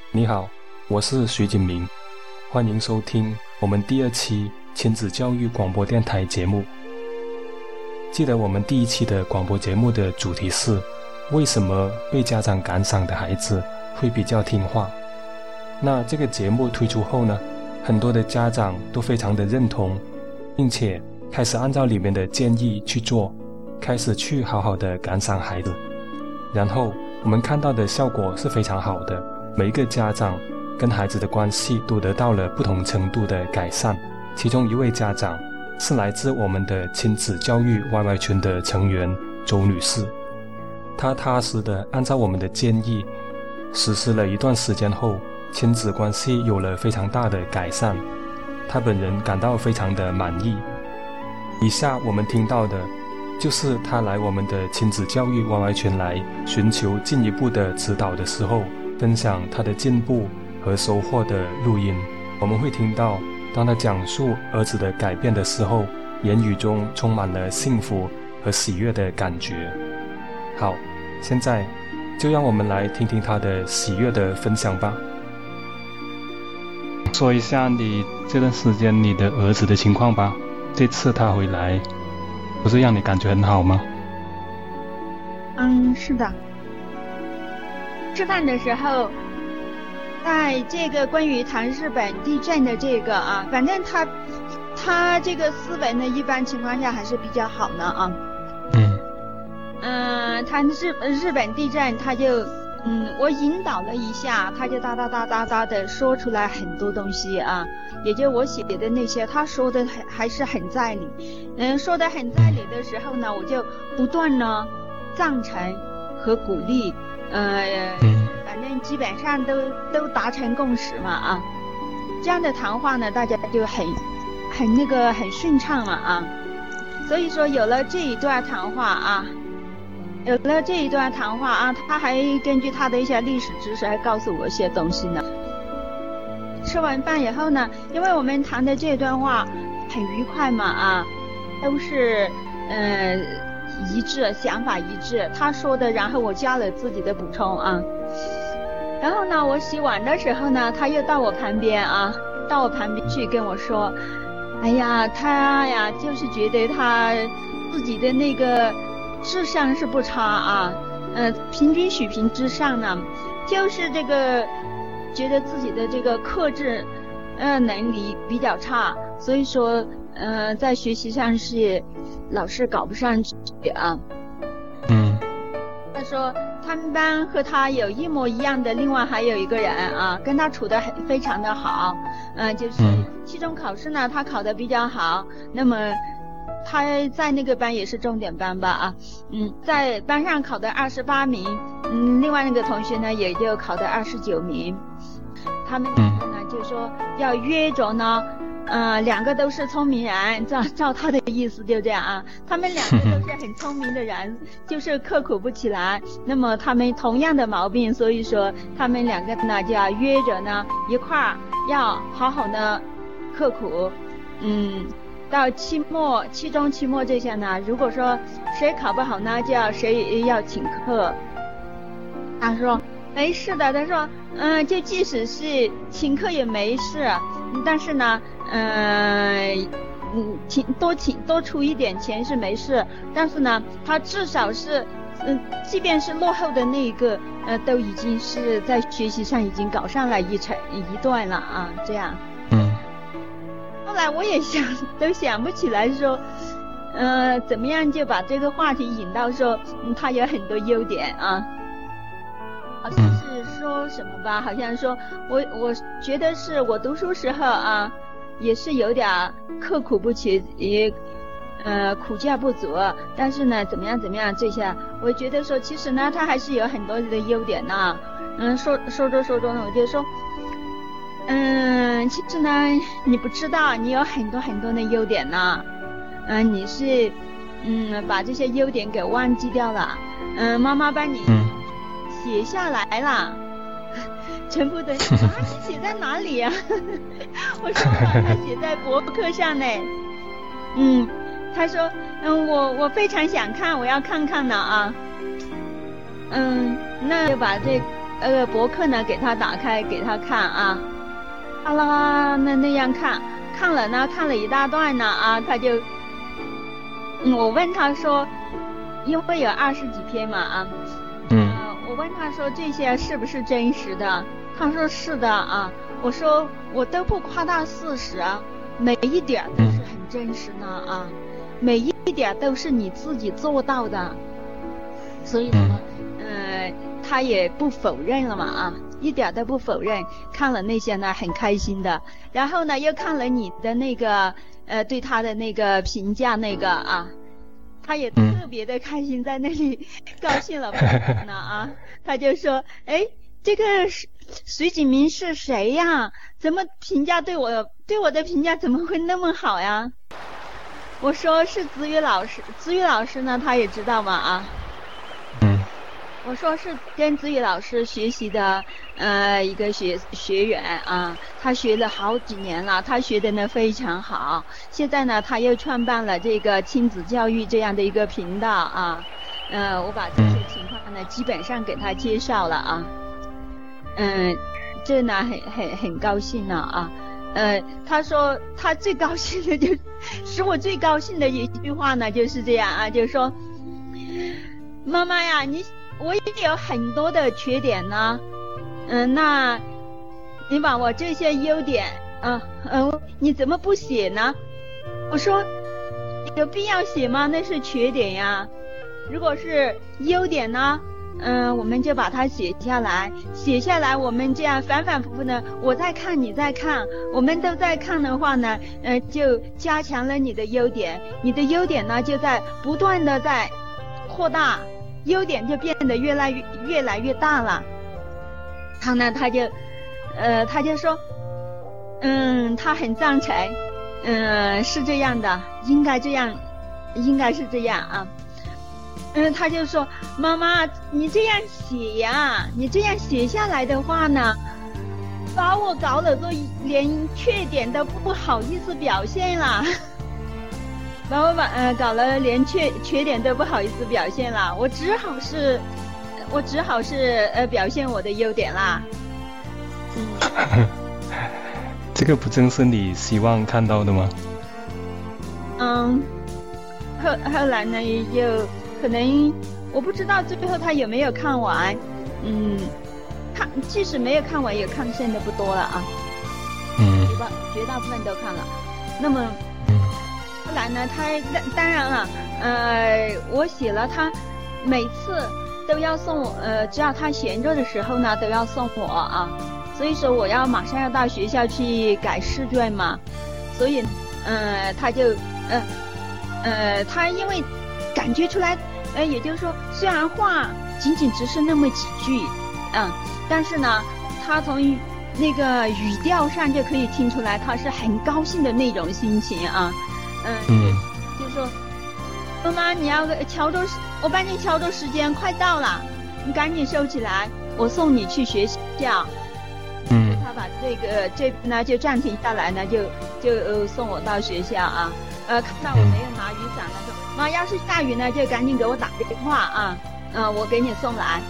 你好，我是徐景明，欢迎收听我们第2期亲子教育广播电台节目。记得我们第1期的广播节目的主题是为什么被家长赶赏的孩子会比较听话。那这个节目推出后呢，很多的家长都非常的认同，并且开始按照里面的建议去做，开始去好好的赶赏孩子。然后我们看到的效果是非常好的，每一个家长跟孩子的关系都得到了不同程度的改善。其中一位家长是来自我们的亲子教育 YY 群的成员周女士，她踏实的按照我们的建议实施了一段时间后，亲子关系有了非常大的改善，她本人感到非常的满意。以下我们听到的就是她来我们的亲子教育 YY 群来寻求进一步的指导的时候，分享她的进步和收获的录音。我们会听到当她讲述儿子的改变的时候，言语中充满了幸福和喜悦的感觉。好，现在就让我们来听听她的喜悦的分享吧。说一下你这段时间你的儿子的情况吧，这次他回来不是让你感觉很好吗？ 是的。吃饭的时候，在这个关于谈日本地震的这个反正他这个思维呢，一般情况下还是比较好呢谈日本地震，他就我引导了一下，他就哒哒的说出来很多东西也就我写的那些，他说的还是很在理。说的很在理的时候呢，我就不断呢赞成和鼓励，反正基本上都达成共识嘛这样的谈话呢，大家就很顺畅了所以说有了这一段谈话他还根据他的一些历史知识还告诉我一些东西呢。吃完饭以后呢，因为我们谈的这段话很愉快嘛都是一致，想法一致，他说的然后我加了自己的补充然后呢，我洗碗的时候呢，他又到我旁边去跟我说，哎呀，他呀就是觉得他自己的那个智商是不差平均水平之上呢，就是这个觉得自己的这个克制能力比较差，所以说在学习上是老是搞不上去他说他们班和他有一模一样的，另外还有一个人跟他处得非常的好，就是期中考试呢他考得比较好，那么他在那个班也是重点班吧在班上考得28名，另外那个同学呢也就考得29名。他们两个呢就说要约着呢两个都是聪明人，照他的意思就这样他们两个都是很聪明的人就是刻苦不起来，那么他们同样的毛病，所以说他们两个呢就要约着呢一块儿要好好的刻苦到期中期末这些呢，如果说谁考不好呢，就要谁要请客。他说没事的，他说就即使是请客也没事，但是呢多出一点钱是没事，但是呢他至少是即便是落后的那一个都已经是在学习上已经搞上来一段了这样后来我也都想不起来说怎么样就把这个话题引到说他有很多优点好像是说什么吧，好像说我觉得是我读书时候也是有点刻苦不起，也苦架不足，但是呢怎么样这些，我觉得说其实呢他还是有很多的优点说着呢我就说其实呢你不知道你有很多很多的优点你是把这些优点给忘记掉了妈妈帮你写下来了全部的你写在哪里我说把它写在博客上呢他说我非常想看，我要看看呢那就把这博客呢给他打开给他看啊，好啦，那样看了一大段呢啊，他就，我问他说，因为有20几篇嘛啊，我问他说这些是不是真实的？他说是的啊。我说我都不夸大事实，每一点都是很真实的啊，每一点都是你自己做到的，所以呢，他也不否认了嘛啊，一点都不否认。看了那些呢，很开心的。然后呢，又看了你的那个对他的那个评价那个啊，他也特别的开心，在那里高兴了呢啊，他就说，哎，这个水井明是谁呀？怎么评价对我的评价怎么会那么好呀？我说是子宇老师呢，他也知道嘛啊。我说是跟子宇老师学习的一个学员啊，他学了好几年了，他学的呢非常好。现在呢，他又创办了这个亲子教育这样的一个频道啊。我把这些情况呢基本上给他介绍了啊。这呢很高兴呢啊。他说他最高兴的使我最高兴的一句话呢就是这样啊，就是说，妈妈呀，我也有很多的缺点呢，那你把我这些优点你怎么不写呢？我说有必要写吗？那是缺点呀。如果是优点呢，我们就把它写下来，我们这样反反复复呢，我在看你在看，我们都在看的话呢，就加强了你的优点，你的优点呢就在不断的在扩大，优点就变得越来越大了。他就说，他很赞成，是这样的，应该是这样啊。他就说，妈妈，你这样写呀，你这样写下来的话呢，把我搞了都连缺点都不好意思表现了。把我搞了连缺点都不好意思表现了，我只好是表现我的优点啦。 这个不正是你希望看到的吗？ 后来呢，又可能我不知道最后他有没有看完，他即使没有看完，也看剩的不多了啊。绝大部分都看了。那么后来呢，他当然了，我写了，他每次都要送我，只要他闲着的时候呢，都要送我啊。所以说我要马上要到学校去改试卷嘛，所以他就他因为感觉出来，也就是说，虽然话仅只是那么几句，但是呢，他从那个语调上就可以听出来，他是很高兴的那种心情啊。就说，妈妈，你要我帮你敲钟，时间快到了，你赶紧收起来，我送你去学校。他把这呢就暂停下来呢，就送我到学校啊。看到我没有拿雨伞了，说妈，要是下雨呢，就赶紧给我打电话啊，我给你送来。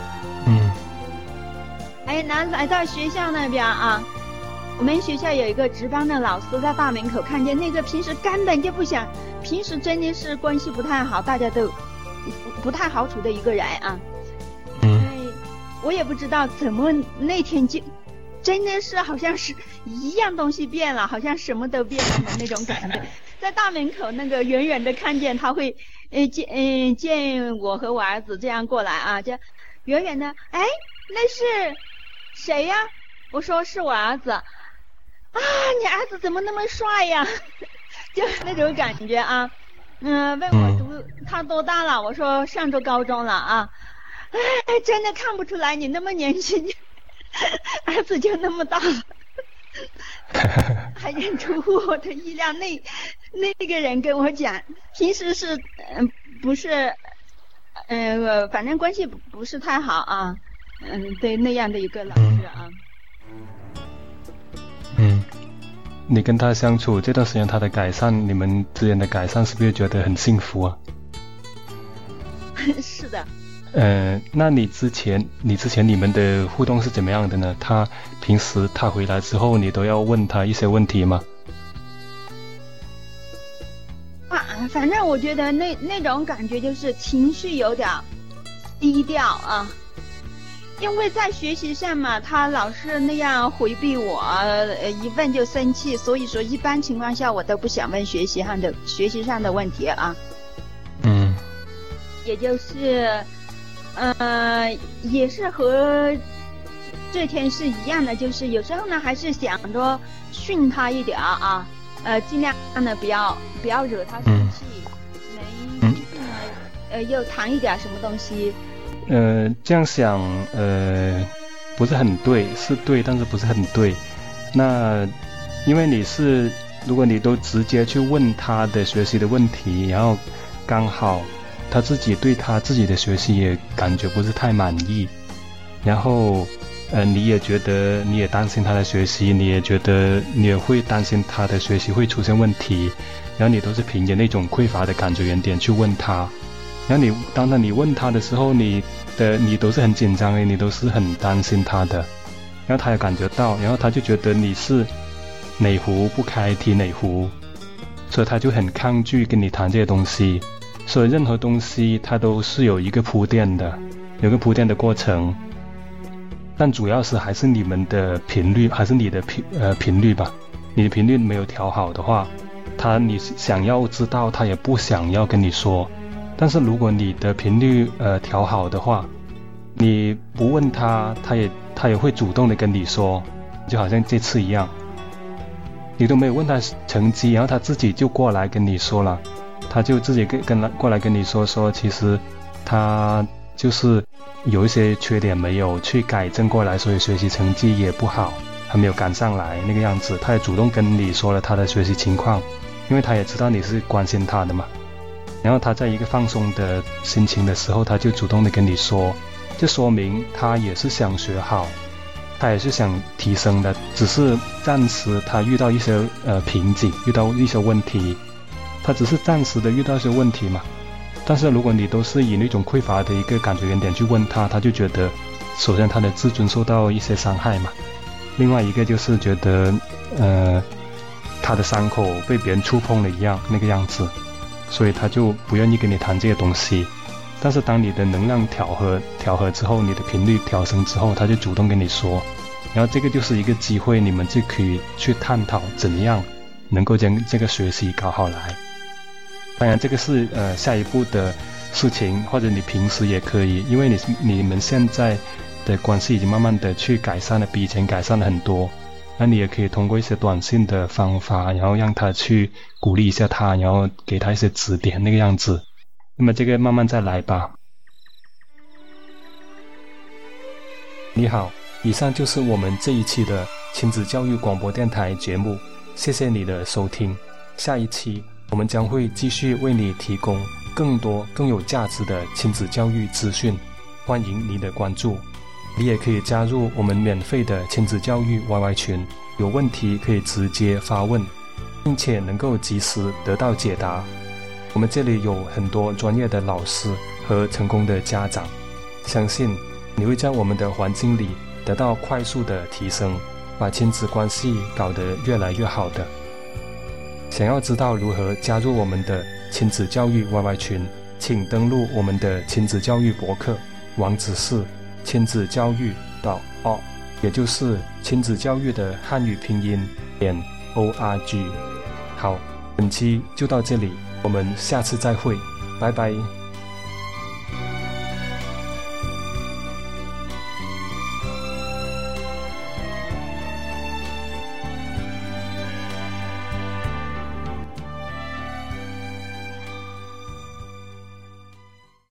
来到学校那边啊，我们学校有一个值班的老师在大门口看见那个平时根本就不想，平时真的是关系不太好，大家都不太好处的一个人啊。我也不知道怎么那天就真的是好像是一样东西变了，好像什么都变了的那种感觉。在大门口那个远远的看见他会见我和我儿子这样过来啊，就远远的，那是谁呀？我说是我儿子。你儿子怎么那么帅呀？就那种感觉啊。问我他多大了？我说上着高中了啊。真的看不出来你那么年轻，儿子就那么大了。还很出乎我的意料，那个人跟我讲，平时是不是反正关系不是太好啊。对，那样的一个老师啊。 你跟他相处这段时间，他的改善，你们之间的改善，是不是觉得很幸福啊？ 是的， 那你之前你们的互动是怎么样的呢？平时他回来之后，你都要问他一些问题吗？ 反正我觉得那种感觉就是情绪有点低调啊，因为在学习上嘛，他老是那样回避我，一问就生气，所以说一般情况下我都不想问学习上的问题啊。也就是，也是和这天是一样的，就是有时候呢还是想着训他一点啊，尽量呢不要惹他生气，没事呢，又谈一点什么东西。 这样想，不是很对，是对，但是不是很对。那因为如果你都直接去问他的学习的问题，然后刚好他自己对他自己的学习也感觉不是太满意，然后你也觉得你也担心他的学习，你也觉得你也会担心他的学习会出现问题，然后你都是凭着那种匮乏的感觉原点去问他，然后当你问他的时候，你都是很紧张的，你都是很担心他的，然后他也感觉到，然后他就觉得你是哪壶不开提哪壶，所以他就很抗拒跟你谈这些东西。所以任何东西它都是有一个铺垫的，有个铺垫的过程，但主要是还是你们的频率，还是你的频率吧。你的频率没有调好的话，你想要知道，他也不想要跟你说。但是如果你的频率调好的话，你不问他，他也会主动的跟你说，就好像这次一样，你都没有问他成绩，然后他自己就过来跟你说了。他就自己过来跟你说，其实他就是有一些缺点没有去改正过来，所以学习成绩也不好，还没有赶上来那个样子。他也主动跟你说了他的学习情况，因为他也知道你是关心他的嘛。然后他在一个放松的心情的时候，他就主动的跟你说，就说明他也是想学好，他也是想提升的，只是暂时他遇到一些瓶颈，遇到一些问题。他只是暂时的遇到一些问题嘛，但是如果你都是以那种匮乏的一个感觉原点去问他，他就觉得首先他的自尊受到一些伤害嘛，另外一个就是觉得他的伤口被别人触碰了一样那个样子，所以他就不愿意跟你谈这些东西。但是当你的能量调和之后，你的频率调升之后，他就主动跟你说，然后这个就是一个机会，你们就可以去探讨怎样能够将这个学习搞好来。当然这个是下一步的事情，或者你平时也可以，因为你们现在的关系已经慢慢的去改善了，比以前改善了很多，那你也可以通过一些短信的方法，然后让他去鼓励一下他，然后给他一些指点那个样子。那么这个慢慢再来吧。你好，以上就是我们这一期的亲子教育广播电台节目，谢谢你的收听。下一期我们将会继续为你提供更多更有价值的亲子教育资讯，欢迎你的关注。你也可以加入我们免费的亲子教育 YY 群，有问题可以直接发问，并且能够及时得到解答。我们这里有很多专业的老师和成功的家长，相信你会在我们的环境里得到快速的提升，把亲子关系搞得越来越好的。想要知道如何加入我们的亲子教育 YY 群，请登录我们的亲子教育博客，网址是亲子教育.org， 也就是亲子教育的汉语拼音.org。好，本期就到这里，我们下次再会，拜拜。